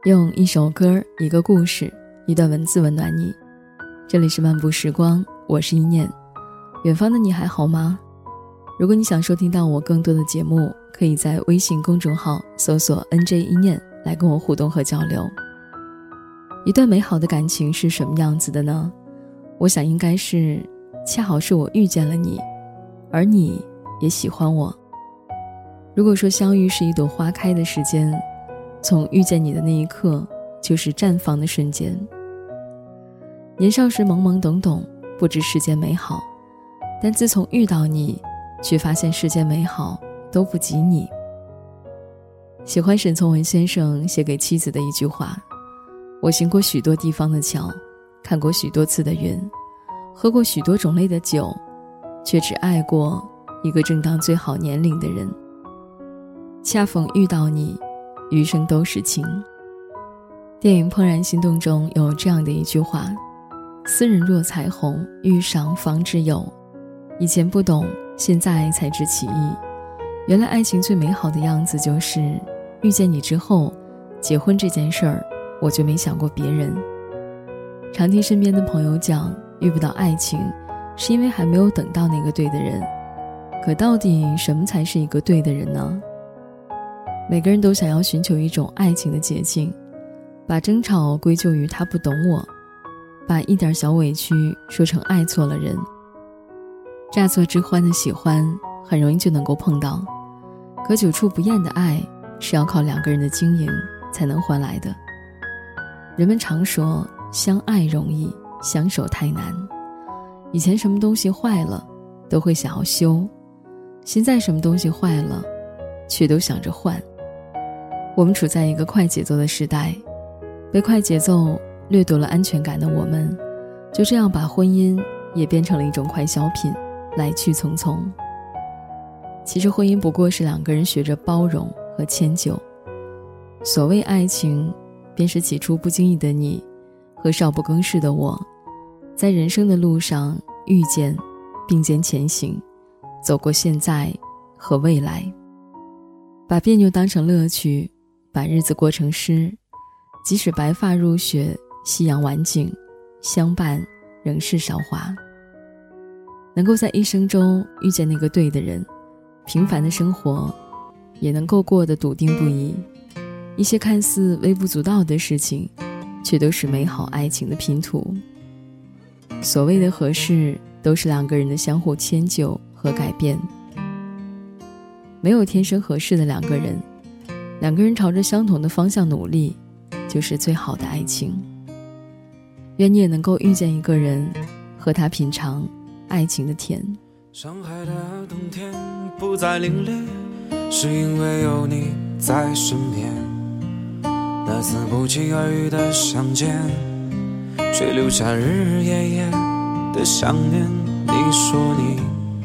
用一首歌、一个故事、一段文字温暖你。这里是漫步时光，我是一念。远方的你还好吗？如果你想收听到我更多的节目，可以在微信公众号搜索 NJ 一念来跟我互动和交流。一段美好的感情是什么样子的呢？我想应该是恰好是我遇见了你，而你也喜欢我。如果说相遇是一朵花开的时间，从遇见你的那一刻就是绽放的瞬间。年少时懵懵懂懂，不知世间美好，但自从遇到你，却发现世间美好都不及你。喜欢沈从文先生写给妻子的一句话：我行过许多地方的桥，看过许多次的云，喝过许多种类的酒，却只爱过一个正当最好年龄的人。恰逢遇到你，余生都是情。电影《怦然心动》中有这样的一句话：斯人若彩虹，遇上方知有。以前不懂，现在才知其意。原来爱情最美好的样子就是遇见你之后，结婚这件事儿我就没想过别人。常听身边的朋友讲，遇不到爱情是因为还没有等到那个对的人。可到底什么才是一个对的人呢？每个人都想要寻求一种爱情的捷径，把争吵归咎于他不懂我，把一点小委屈说成爱错了人。乍错之欢的喜欢很容易就能够碰到，可久处不厌的爱是要靠两个人的经营才能换来的。人们常说相爱容易，相守太难。以前什么东西坏了都会想要修，现在什么东西坏了却都想着换。我们处在一个快节奏的时代，被快节奏掠夺了安全感的我们，就这样把婚姻也变成了一种快消品，来去匆匆。其实婚姻不过是两个人学着包容和迁就。所谓爱情，便是起初不经意的你和少不更事的我，在人生的路上遇见，并肩前行，走过现在和未来。把别扭当成乐趣，把日子过成诗，即使白发如雪，夕阳晚景，相伴仍是韶华。能够在一生中遇见那个对的人，平凡的生活也能够过得笃定不移。一些看似微不足道的事情，却都是美好爱情的拼图。所谓的合适，都是两个人的相互迁就和改变。没有天生合适的两个人，两个人朝着相同的方向努力，就是最好的爱情。愿你也能够遇见一个人，和他品尝爱情的甜。 上海的冬天不再凛冽，是因为有你在身边。那次不期而遇的相见，却留下日日夜夜的想念。你说你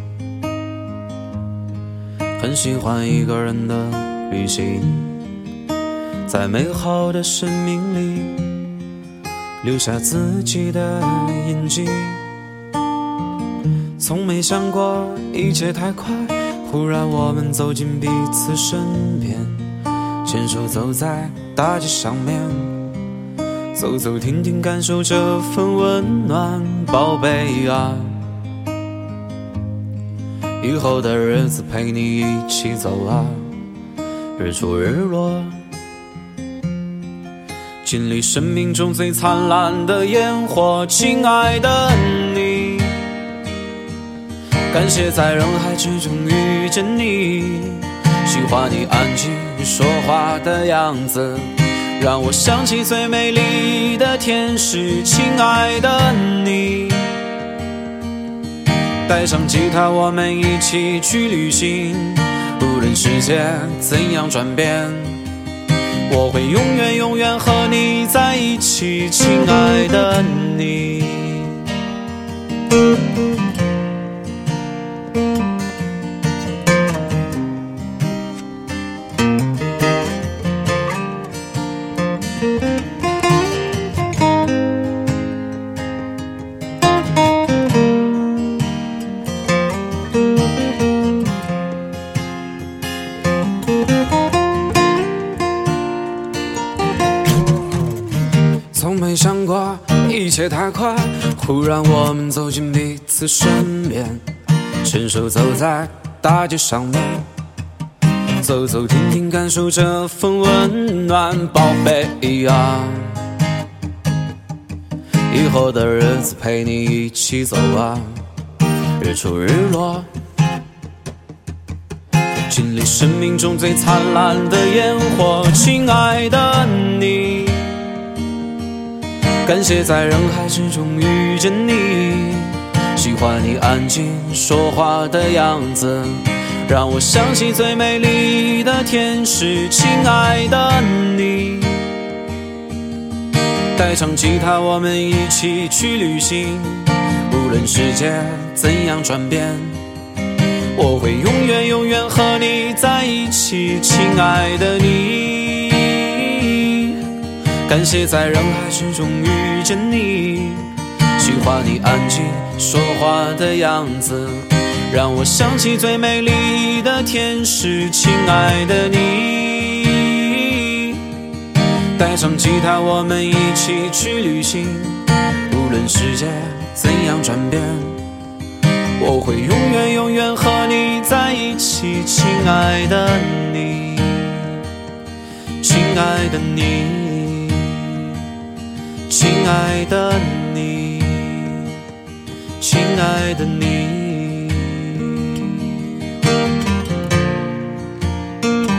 很喜欢一个人的旅行，在美好的生命里留下自己的印记。从没想过一切太快，忽然我们走进彼此身边，牵手走在大街上面，走走停停感受这份温暖。宝贝啊，以后的日子陪你一起走啊，日出日落，经历生命中最灿烂的烟火。亲爱的你，感谢在人海之中遇见你，喜欢你安静说话的样子，让我想起最美丽的天使。亲爱的你，带上吉他我们一起去旅行，无论世界怎样转变，我会永远永远和你在一起。亲爱的你， 切太快，忽然我们走进彼此身边，牵手走在大街上面，走走停停，感受这份温暖，宝贝啊，以后的日子陪你一起走啊，日出日落，经历生命中最灿烂的烟火，亲爱的你，感谢在人海之中遇见你，喜欢你安静说话的样子，让我想起最美丽的天使，亲爱的你，带上吉他我们一起去旅行，无论世界怎样转变，我会永远永远和你在一起，亲爱的你，感谢在人海之中遇见你，喜欢你安静说话的样子，让我想起最美丽的天使，亲爱的你，带上吉他我们一起去旅行，无论世界怎样转变，我会永远永远和你在一起，亲爱的你，亲爱的你，亲爱的你，亲爱的你。